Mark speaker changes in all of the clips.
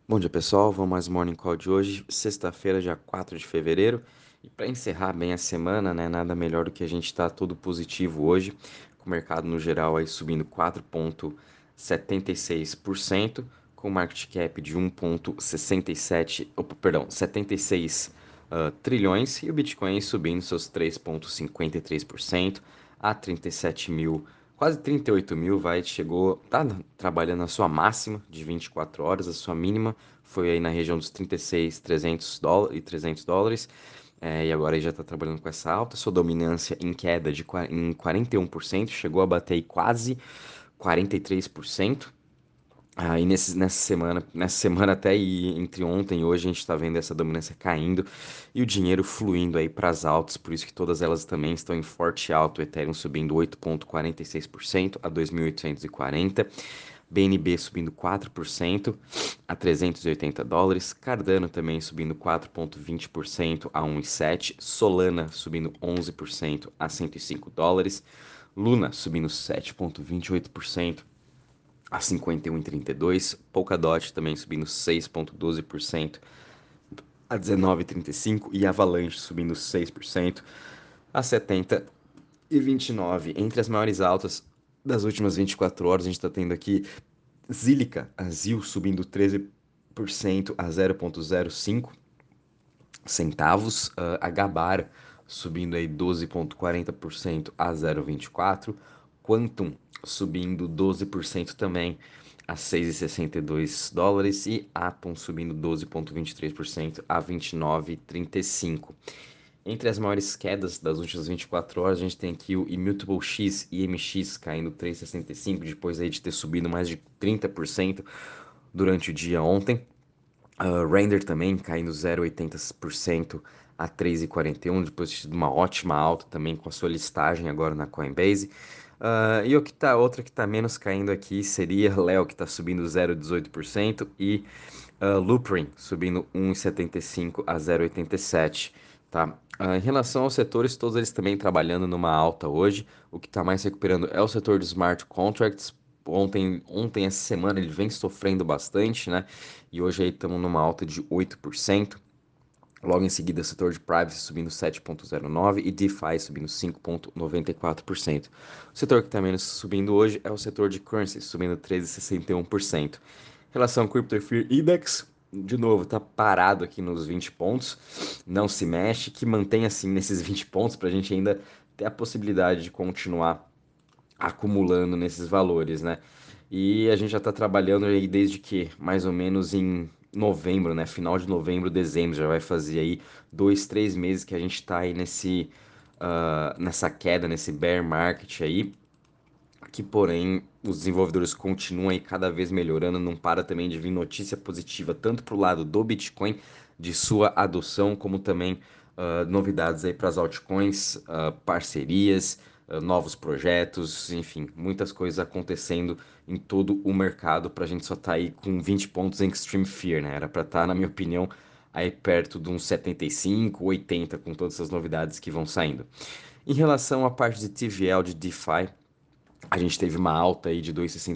Speaker 1: Bom dia, pessoal. Vamos mais um Morning Call de hoje, sexta-feira, dia 4 de fevereiro. E para encerrar bem a semana, né, nada melhor do que a gente estar todo positivo hoje, com o mercado no geral aí subindo 4,76%, com market cap de 1,67, perdão, 76 trilhões, e o Bitcoin subindo seus 3,53% a 37 mil. Quase 38 mil, chegou, tá trabalhando a sua máxima de 24 horas, a sua mínima foi aí na região dos 36, 300 dólares, e 300 dólares, e agora aí já está trabalhando com essa alta, sua dominância em queda em 41%, chegou a bater aí quase 43%. E nessa semana até entre ontem e hoje a gente está vendo essa dominância caindo e o dinheiro fluindo aí para as altas, por isso que todas elas também estão em forte alta, o Ethereum subindo 8,46% a 2.840, BNB subindo 4% a 380 dólares, Cardano também subindo 4,20% a 1,7, Solana subindo 11% a 105 dólares, Luna subindo 7,28% a 51,32. Polkadot também subindo 6,12% a 19,35 e Avalanche subindo 6% a 70,29. Entre as maiores altas das últimas 24 horas, a gente está tendo aqui Zilliqa, a ZIL subindo 13% a 0,05 centavos, a Gabar subindo aí 12,40% a 0,24, Quantum subindo 12% também a 6,62 dólares e Atom subindo 12,23% a 29,35. Entre as maiores quedas das últimas 24 horas, a gente tem aqui o Immutable X, IMX, caindo 3,65 depois aí de ter subido mais de 30% durante o dia ontem. Render também caindo 0,80% a 3,41, depois de uma ótima alta também com a sua listagem agora na Coinbase. E outra que está menos caindo aqui seria Leo, que está subindo 0,18% e Loopring subindo 1,75 a 0,87. Tá? Em relação aos setores, todos eles também trabalhando numa alta hoje. O que está mais recuperando é o setor de smart contracts. Ontem, essa semana, ele vem sofrendo bastante, né? E hoje aí estamos numa alta de 8%. Logo em seguida, o setor de privacy subindo 7,09% e DeFi subindo 5,94%. O setor que está menos subindo hoje é o setor de currency, subindo 13,61%. Em relação ao Crypto Fear Index, de novo, está parado aqui nos 20 pontos, não se mexe, que mantém assim nesses 20 pontos para a gente ainda ter a possibilidade de continuar acumulando nesses valores, né? E a gente já está trabalhando aí desde que mais ou menos em novembro, né? Final de novembro, dezembro, já vai fazer aí 2, 3 meses que a gente está aí nessa queda, nesse bear market aí, que porém os desenvolvedores continuam aí cada vez melhorando, não para também de vir notícia positiva, tanto para o lado do Bitcoin, de sua adoção, como também novidades aí para as altcoins, parcerias, novos projetos, enfim, muitas coisas acontecendo em todo o mercado para a gente só estar aí com 20 pontos em Extreme Fear, né? Era para estar, na minha opinião, aí perto de uns 75, 80 com todas essas novidades que vão saindo. Em relação à parte de TVL, de DeFi, a gente teve uma alta aí de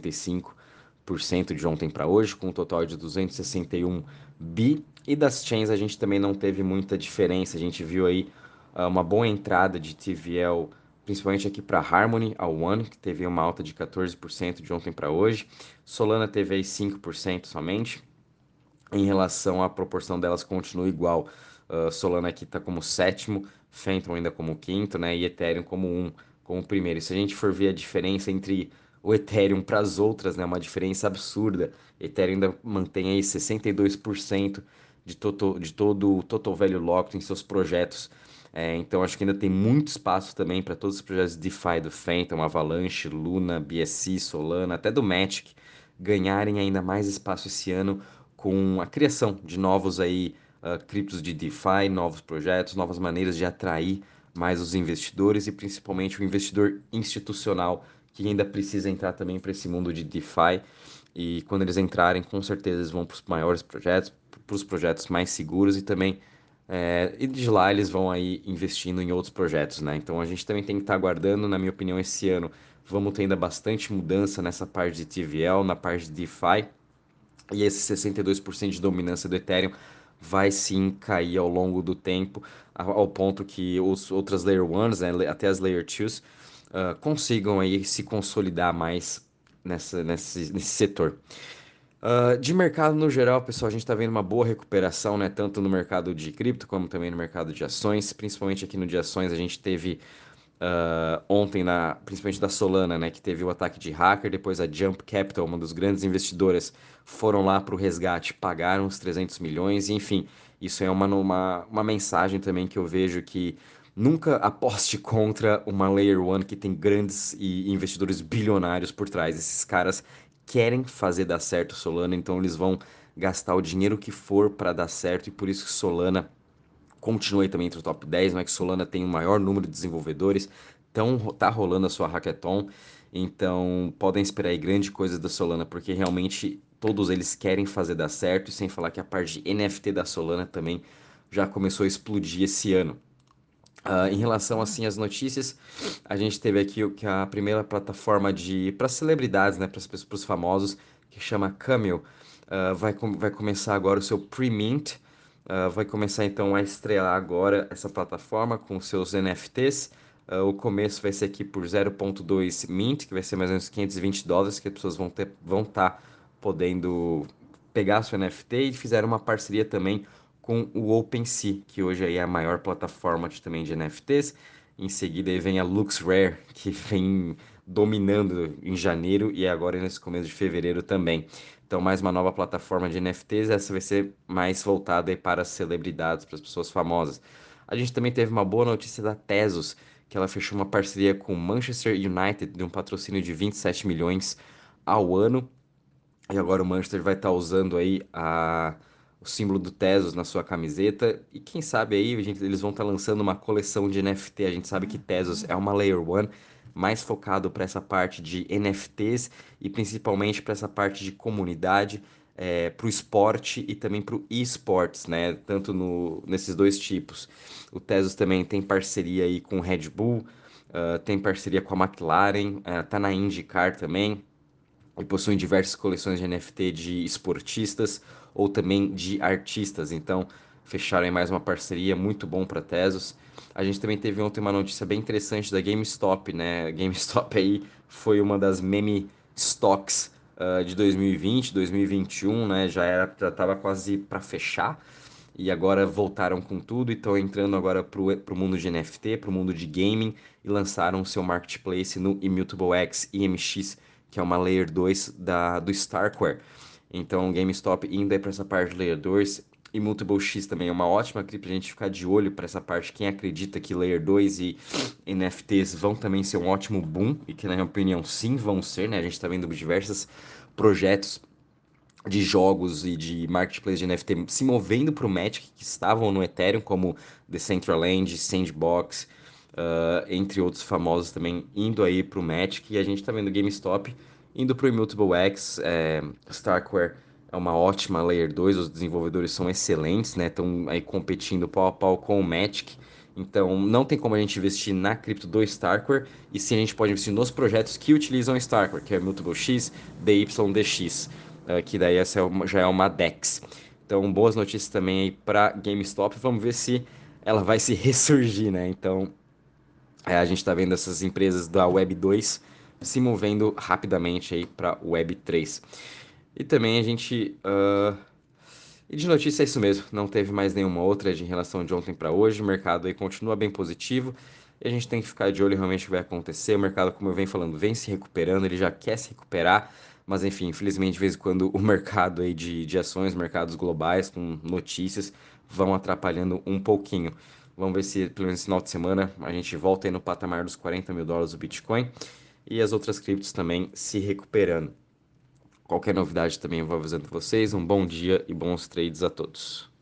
Speaker 1: 2,65% de ontem para hoje, com um total de 261 bi. E das chains a gente também não teve muita diferença. A gente viu aí uma boa entrada de TVL, principalmente aqui para Harmony, a One, que teve uma alta de 14% de ontem para hoje. Solana teve aí 5% somente. Em relação à proporção delas, continua igual. Solana aqui está como sétimo, Phantom ainda como quinto, né? E Ethereum como primeiro. E se a gente for ver a diferença entre o Ethereum para as outras, né? Uma diferença absurda. Ethereum ainda mantém aí 62% de todo o Total Value Locked em seus projetos. Então acho que ainda tem muito espaço também para todos os projetos DeFi do Phantom, Avalanche, Luna, BSC, Solana, até do Matic, ganharem ainda mais espaço esse ano com a criação de novos aí criptos de DeFi, novos projetos, novas maneiras de atrair mais os investidores e principalmente o investidor institucional que ainda precisa entrar também para esse mundo de DeFi. E quando eles entrarem, com certeza eles vão para os maiores projetos, para os projetos mais seguros e também e de lá eles vão aí investindo em outros projetos, né? Então a gente também tem que estar aguardando, na minha opinião, esse ano vamos ter ainda bastante mudança nessa parte de TVL, na parte de DeFi E esse 62% de dominância do Ethereum vai sim cair ao longo do tempo, ao ponto que os outras Layer 1s, né, até as Layer 2s, consigam aí se consolidar mais nesse setor. De mercado no geral, pessoal, a gente está vendo uma boa recuperação, né? Tanto no mercado de cripto como também no mercado de ações. Principalmente aqui no de ações, a gente teve ontem, principalmente da Solana, né? Que teve o ataque de hacker. Depois a Jump Capital, uma das grandes investidoras, foram lá para o resgate, pagaram os 300 milhões. E, enfim, isso é uma mensagem também que eu vejo que nunca aposte contra uma Layer One que tem grandes e investidores bilionários por trás. Esses caras querem fazer dar certo Solana, então eles vão gastar o dinheiro que for para dar certo, e por isso que Solana continua aí também entre o top 10, não é que Solana tem o maior número de desenvolvedores, então tá rolando a sua hackathon, então podem esperar aí grande coisa da Solana, porque realmente todos eles querem fazer dar certo, e sem falar que a parte de NFT da Solana também já começou a explodir esse ano. Em relação assim às notícias, a gente teve aqui que a primeira plataforma de para celebridades, né, para os famosos, que chama Camel, vai começar agora o seu pre-mint. Vai começar então a estrear agora essa plataforma com seus NFTs. O começo vai ser aqui por 0,2 mint, que vai ser mais ou menos US$ 520, que as pessoas vão estar podendo pegar seu NFT, e fizeram uma parceria também com o OpenSea, que hoje aí é a maior plataforma também de NFTs. Em seguida aí vem a LuxRare, que vem dominando em janeiro e agora nesse começo de fevereiro também. Então, mais uma nova plataforma de NFTs, essa vai ser mais voltada aí para as celebridades, para as pessoas famosas. A gente também teve uma boa notícia da Tezos, que ela fechou uma parceria com o Manchester United, de um patrocínio de 27 milhões ao ano. E agora o Manchester vai estar usando aí o símbolo do Tezos na sua camiseta. E quem sabe aí, eles vão estar lançando uma coleção de NFT. A gente sabe que Tezos é uma Layer One mais focado para essa parte de NFTs e principalmente para essa parte de comunidade, para o esporte e também para o esports, né? Tanto nesses dois tipos. O Tezos também tem parceria aí com o Red Bull, tem parceria com a McLaren, tá na IndyCar também e possuem diversas coleções de NFT de esportistas ou também de artistas. Então, fecharam aí mais uma parceria, muito bom para Tezos. A gente também teve ontem uma notícia bem interessante da GameStop, né? A GameStop aí foi uma das meme stocks de 2020, 2021, né? Já estava quase para fechar. E agora voltaram com tudo e estão entrando agora pro mundo de NFT, pro mundo de gaming, e lançaram seu marketplace no Immutable X, IMX, que é uma Layer 2 do Starkware. Então, GameStop indo aí para essa parte de Layer 2. Immutable X também é uma ótima cripto para a gente ficar de olho para essa parte. Quem acredita que Layer 2 e NFTs vão também ser um ótimo boom, e que na minha opinião sim vão ser, né? A gente está vendo diversos projetos de jogos e de marketplace de NFT se movendo para o Magic, que estavam no Ethereum, como Decentraland, Sandbox, entre outros famosos também, indo aí para o Magic. E a gente está vendo GameStop indo para o Immutable X, Starkware é uma ótima Layer 2, os desenvolvedores são excelentes, né? Estão aí competindo pau a pau com o Magic. Então, não tem como a gente investir na cripto do Starkware, e sim a gente pode investir nos projetos que utilizam Starkware, que é Immutable X, DYDX, que daí essa já é uma DEX. Então, boas notícias também aí para GameStop. Vamos ver se ela vai se ressurgir, né? Então, a gente está vendo essas empresas da Web 2 se movendo rapidamente aí para Web 3. E também a gente. E de notícia é isso mesmo, não teve mais nenhuma outra de relação de ontem para hoje. O mercado aí continua bem positivo e a gente tem que ficar de olho realmente o que vai acontecer. O mercado, como eu venho falando, vem se recuperando, ele já quer se recuperar, mas enfim, infelizmente, de vez em quando o mercado aí de ações, mercados globais com notícias vão atrapalhando um pouquinho. Vamos ver se pelo menos esse final de semana a gente volta aí no patamar dos US$ 40 mil do Bitcoin e as outras criptos também se recuperando. Qualquer novidade também eu vou avisando vocês. Um bom dia e bons trades a todos.